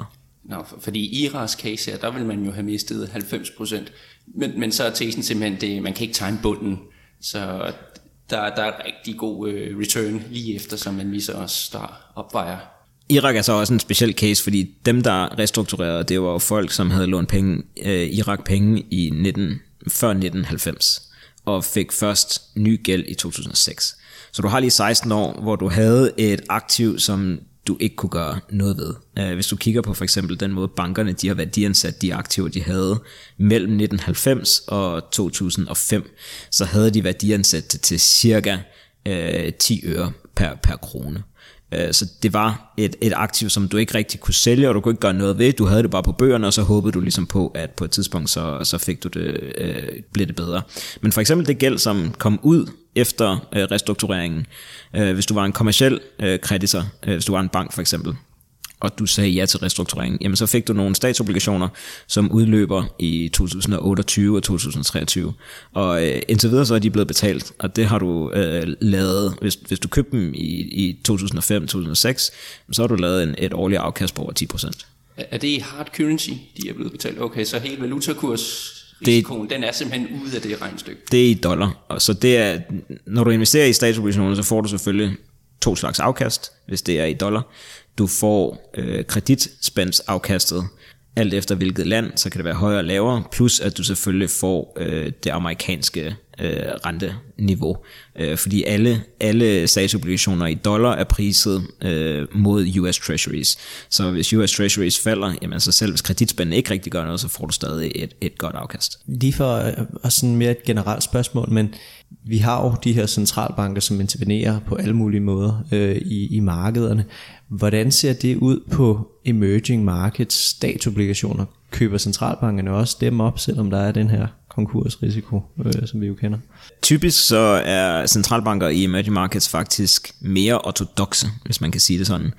Nå, for, fordi i Iraks case her, der vil man jo have mistet halvfems procent, men, men så er tesen simpelthen, det, man kan ikke tegne bunden, så der, der er rigtig god øh, return lige efter, som man viser os, der opvejer. Irak er så også en speciel case, fordi dem, der restrukturerede, det var jo folk, som havde lånt penge, øh, Irak penge i nitten, før nitten halvfems, og fik først ny gæld i to tusind og seks. Så du har lige seksten år, hvor du havde et aktiv, som du ikke kunne gøre noget ved. Hvis du kigger på for eksempel den måde bankerne, de har værdiansat de aktiver, de havde mellem nitten halvfems og to tusind og fem, så havde de værdiansat til cirka øh, ti øre per, per krone. Så det var et, et aktiv, som du ikke rigtig kunne sælge, og du kunne ikke gøre noget ved. Du havde det bare på bøgerne, og så håbede du ligesom på, at på et tidspunkt, så, så fik du det, øh, blev det bedre. Men for eksempel det gæld, som kom ud efter øh, restruktureringen, øh, hvis du var en kommerciel øh, kreditor, øh, hvis du var en bank for eksempel, og du sagde ja til restruktureringen, jamen så fik du nogle statsobligationer, som udløber i to tusind og otteogtyve og to tusind og treogtyve. Og øh, indtil videre så er de blevet betalt, og det har du øh, lavet, hvis, hvis du købte dem i, i to tusind og fem til to tusind og seks, så har du lavet en, et årligt afkast på over ti procent. Er det hard currency, de er blevet betalt? Okay, så hele valutakursrisikoen, den er simpelthen ude af det regnestykke. Det er i dollar, og så det er, når du investerer i statsobligationer, så får du selvfølgelig to slags afkast, hvis det er i dollar. Du får øh, kreditspændsafkastet, alt efter hvilket land, så kan det være højere og lavere, plus at du selvfølgelig får øh, det amerikanske øh, renteniveau, øh, fordi alle, alle statsobligationer i dollar er priset øh, mod U S Treasuries. Så hvis U S Treasuries falder, jamen så selv hvis kreditspænden ikke rigtig gør noget, så får du stadig et, et godt afkast. Lige for at sådan mere et generelt spørgsmål, men vi har jo de her centralbanker, som intervenerer på alle mulige måder øh, i, i markederne. Hvordan ser det ud på emerging markets statsobligationer? Køber centralbankerne også dem op, selvom der er den her konkursrisiko, øh, som vi jo kender? Typisk så er centralbanker i emerging markets faktisk mere ortodokse, hvis man kan sige det sådan.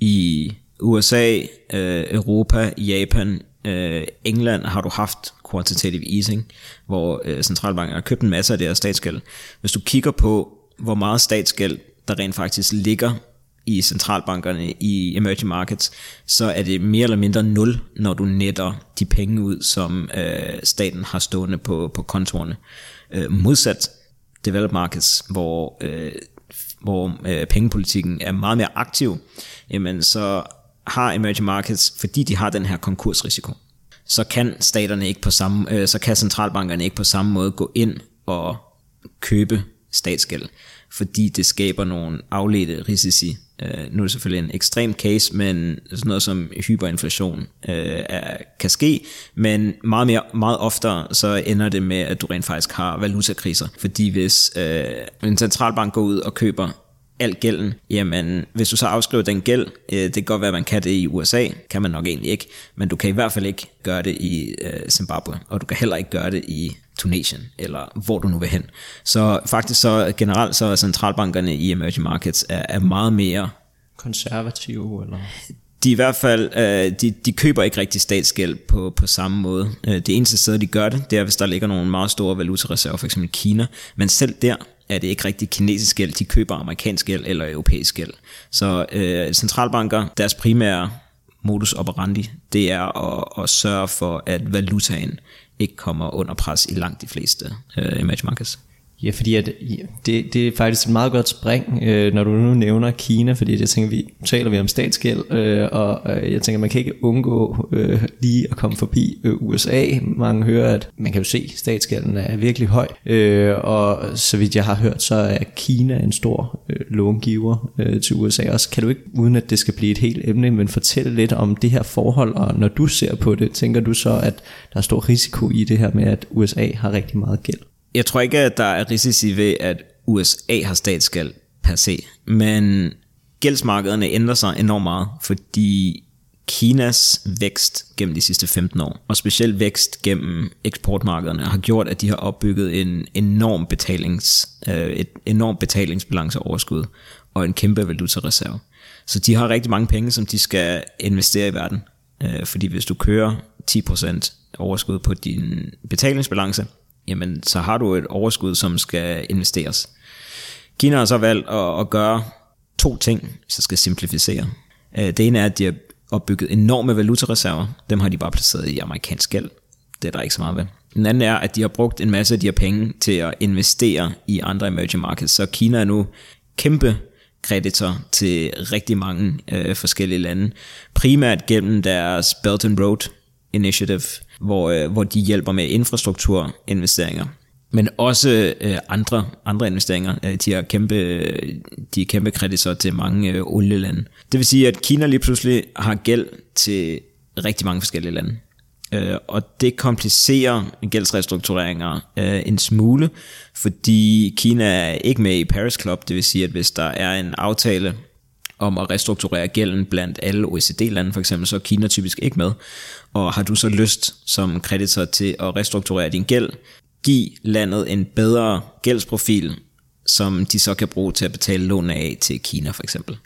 I U S A, øh, Europa, Japan, øh, England har du haft quantitative easing, hvor øh, centralbankerne har købt en masse af deres statsgæld. Hvis du kigger på, hvor meget statsgæld der rent faktisk ligger i centralbankerne i emerging markets, så er det mere eller mindre nul, når du netter de penge ud, som øh, staten har stående på, på kontorerne. Øh, modsat developed markets, hvor, øh, hvor øh, pengepolitikken er meget mere aktiv, jamen så har emerging markets, fordi de har den her konkursrisiko, så kan staterne ikke på samme, øh, så kan centralbankerne ikke på samme måde gå ind og købe statsgæld, fordi det skaber nogle afledte risici. Uh, nu er det selvfølgelig en ekstrem case, men sådan noget som hyperinflation uh, er, kan ske, men meget, mere, meget oftere så ender det med, at du rent faktisk har valutakriser, fordi hvis uh, en centralbank går ud og køber al gælden, jamen hvis du så afskriver den gæld, øh, det kan godt være, at man kan det i U S A, kan man nok egentlig ikke, men du kan i hvert fald ikke gøre det i øh, Zimbabwe, og du kan heller ikke gøre det i Tunesien, eller hvor du nu vil hen. Så faktisk så generelt så er centralbankerne i emerging markets er, er meget mere konservative, eller? De i hvert fald, øh, de, de køber ikke rigtig statsgæld på, på samme måde. Det eneste sted, de gør det, det er, hvis der ligger nogle meget store valutareserver, for eksempel Kina, men selv der er det ikke rigtig kinesisk gæld, de køber amerikansk gæld eller europæisk gæld. Så øh, centralbanker, deres primære modus operandi, det er at, at sørge for, at valutaen ikke kommer under pres i langt de fleste øh, emerging markets. Ja, fordi at, det, det er faktisk et meget godt spring, øh, når du nu nævner Kina, fordi jeg tænker, vi taler vi om statsgæld, øh, og øh, jeg tænker, man kan ikke undgå øh, lige at komme forbi øh, U S A. Mange hører, at man kan jo se, at statsgælden er virkelig høj, øh, og så vidt jeg har hørt, så er Kina en stor øh, långiver øh, til U S A også. Kan du ikke, uden at det skal blive et helt emne, men fortælle lidt om det her forhold, og når du ser på det, tænker du så, at der er stor risiko i det her med, at U S A har rigtig meget gæld? Jeg tror ikke, at der er risici ved, at U S A har statsgæld per se, men gældsmarkederne ændrer sig enormt meget, fordi Kinas vækst gennem de sidste femten år, og specielt vækst gennem eksportmarkederne, har gjort, at de har opbygget en enorm betalings, et enormt betalingsbalanceoverskud og en kæmpe valutareserve. Så de har rigtig mange penge, som de skal investere i verden, fordi hvis du kører ti procent overskud på din betalingsbalance, jamen så har du et overskud, som skal investeres. Kina har så valgt at, at gøre to ting, så skal simplificere. Det ene er, at de har opbygget enorme valutareserver. Dem har de bare placeret i amerikansk gæld. Det er der ikke så meget ved. Den anden er, at de har brugt en masse af de her penge til at investere i andre emerging markets. Så Kina er nu kæmpe kreditor til rigtig mange øh, forskellige lande. Primært gennem deres Belt and Road Initiative, hvor, øh, hvor de hjælper med infrastrukturinvesteringer. Men også øh, andre, andre investeringer. Øh, de, er kæmpe, de er kæmpe kreditor til mange øh, olielande. Det vil sige, at Kina lige pludselig har gæld til rigtig mange forskellige lande. Øh, og det komplicerer gældsrestruktureringer øh, en smule, fordi Kina er ikke med i Paris Club. Det vil sige, at hvis der er en aftale om at restrukturere gælden blandt alle O E C D-lande for eksempel, så er Kina typisk ikke med. Og har du så lyst som kreditor til at restrukturere din gæld, give landet en bedre gældsprofil, som de så kan bruge til at betale lån af til Kina for eksempel.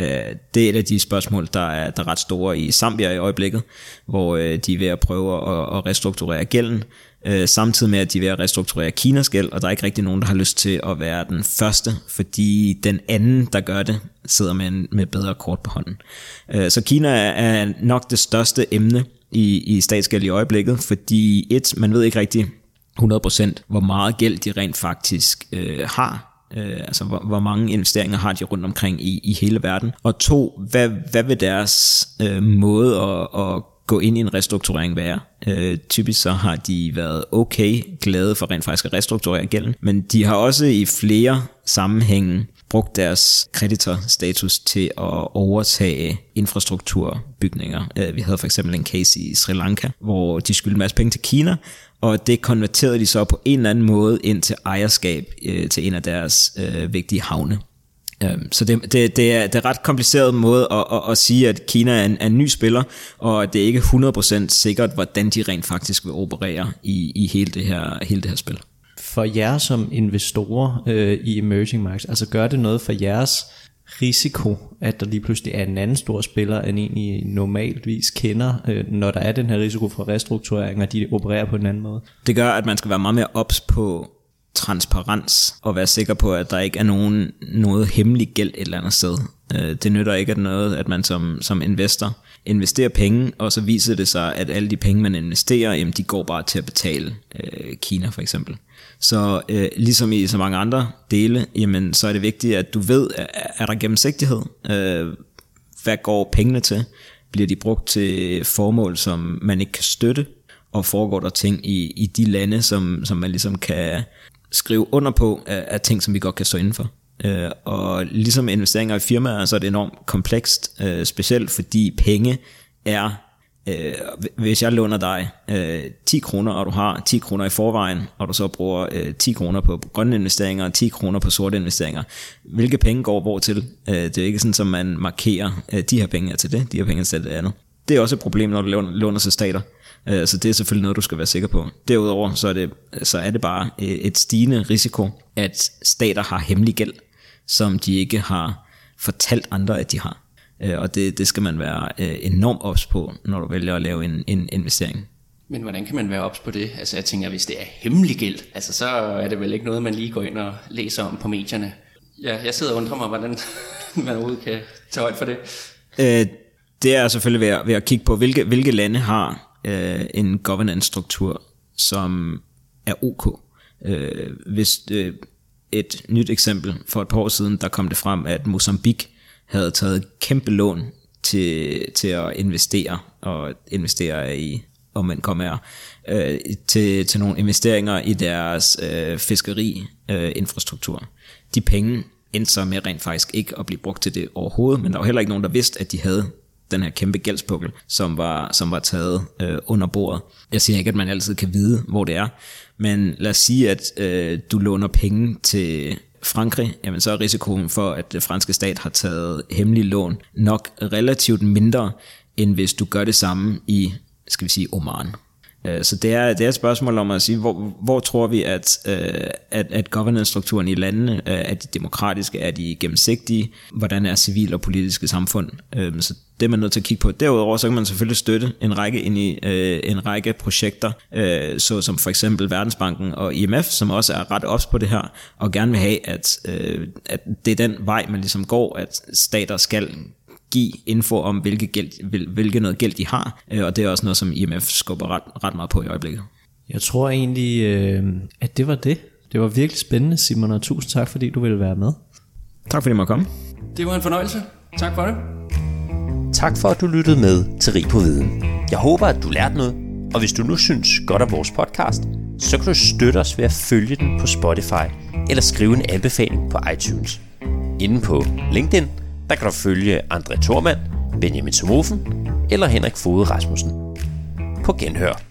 Det er et af de spørgsmål, der er, der er ret store i Zambia i øjeblikket, hvor de er ved at prøve at, at restrukturere gælden, samtidig med at de er ved at restrukturere Kinas gæld, og der er ikke rigtig nogen, der har lyst til at være den første, fordi den anden, der gør det, sidder med, en, med bedre kort på hånden. Så Kina er nok det største emne i, i statsgæld i øjeblikket, fordi et, man ved ikke rigtig hundrede procent, hvor meget gæld de rent faktisk øh, har. Øh, altså hvor, hvor mange investeringer har de rundt omkring i, i hele verden. Og to, hvad, hvad vil deres øh, måde at, at gå ind i en restrukturering være? Øh, typisk så har de været okay glade for rent faktisk at restrukturere gælden, men de har også i flere sammenhænge brugt deres kreditorstatus til at overtage infrastrukturbygninger. Øh, vi havde for eksempel en case i Sri Lanka, hvor de skyldte en masse penge til Kina, og det konverterede de så på en eller anden måde ind til ejerskab øh, til en af deres øh, vigtige havne. Um, så det, det, det, er, det er ret kompliceret måde at, at, at sige, at Kina er en, er en ny spiller, og det er ikke hundrede procent sikkert, hvordan de rent faktisk vil operere i, i hele, det her, hele det her spil. For jer som investorer øh, i emerging markets, altså gør det noget for jeres risiko, at der lige pludselig er en anden stor spiller, end egentlig normaltvis kender, øh, når der er den her risiko for restrukturering, og de opererer på en anden måde? Det gør, at man skal være meget mere ops på transparens, og være sikker på, at der ikke er nogen, noget hemmelig gæld et eller andet sted. Øh, det nytter ikke at noget, at man som, som investor investerer penge, og så viser det sig, at alle de penge, man investerer, jamen, de går bare til at betale øh, Kina for eksempel. Så øh, ligesom i så mange andre dele, jamen, så er det vigtigt, at du ved, er, er der gennemsigtighed? Øh, hvad går pengene til? Bliver de brugt til formål, som man ikke kan støtte? Og foregår der ting i, i de lande, som, som man ligesom kan skrive under på, af, af ting, som vi godt kan stå indenfor? Øh, og ligesom investeringer i firmaer, så er det enormt komplekst, øh, specielt fordi penge er, øh, hvis jeg låner dig øh, ti kroner, og du har ti kroner i forvejen, og du så bruger øh, ti kroner på grønne investeringer, og ti kroner på sorte investeringer, hvilke penge går hvor til? Øh, det er ikke sådan, som man markerer, øh, de her penge er til det, de her penge er til det andet. Det er også et problem, når du låner, låner til stater. Øh, så det er selvfølgelig noget, du skal være sikker på. Derudover så er det, så er det bare et stigende risiko, at stater har hemmelig gæld, som de ikke har fortalt andre, at de har. Og det, det skal man være enormt ops på, når du vælger at lave en, en investering. Men hvordan kan man være ops på det? Altså jeg tænker, hvis det er hemmelig gæld, altså så er det vel ikke noget, man lige går ind og læser om på medierne. Ja, jeg sidder og undrer mig, hvordan man overhovedet kan tage højt for det. Øh, det er selvfølgelig ved at, ved at kigge på, hvilke, hvilke lande har øh, en governance-struktur, som er ok. Øh, hvis... Øh, Et nyt eksempel for et par år siden, der kom det frem, at Mozambique havde taget kæmpe lån til, til at investere, og investere i, om man kommer øh, til, til nogle investeringer i deres øh, fiskeri-infrastruktur. Øh, De penge endte så med rent faktisk ikke at blive brugt til det overhovedet, men der var heller ikke nogen, der vidste, at de havde den her kæmpe gældspukkel, som var, som var taget øh, under bordet. Jeg siger ikke, at man altid kan vide, hvor det er, men lad os sige, at øh, du låner penge til Frankrig, jamen så er risikoen for, at det franske stat har taget hemmelige lån nok relativt mindre, end hvis du gør det samme i, skal vi sige, Oman. Så det er, det er et spørgsmål om at sige, hvor, hvor tror vi, at, at, at governance-strukturen i landene, er de demokratiske, er de gennemsigtige, hvordan er civil og politiske samfund. Så det er man nødt til at kigge på. Derudover så kan man selvfølgelig støtte en række ind i en række projekter, så som for eksempel Verdensbanken og I M F, som også er ret ops på det her, og gerne vil have, at, at det er den vej, man ligesom går, at stater skal give info om, hvilke, gæld, hvil, hvilke noget gæld de har, øh, og det er også noget, som I M F skubber ret, ret meget på i øjeblikket. Jeg tror egentlig, øh, at det var det. Det var virkelig spændende, Simon, og tusind tak, fordi du ville være med. Tak fordi du måtte komme. Det var en fornøjelse. Tak for det. Tak for, at du lyttede med til Rig på Viden. Jeg håber, at du lærte noget, og hvis du nu synes godt af vores podcast, så kan du støtte os ved at følge den på Spotify, eller skrive en anbefaling på iTunes. Inde på LinkedIn, der kan du følge André Thormand, Benjamin Somofen eller Henrik Fode Rasmussen. På genhør.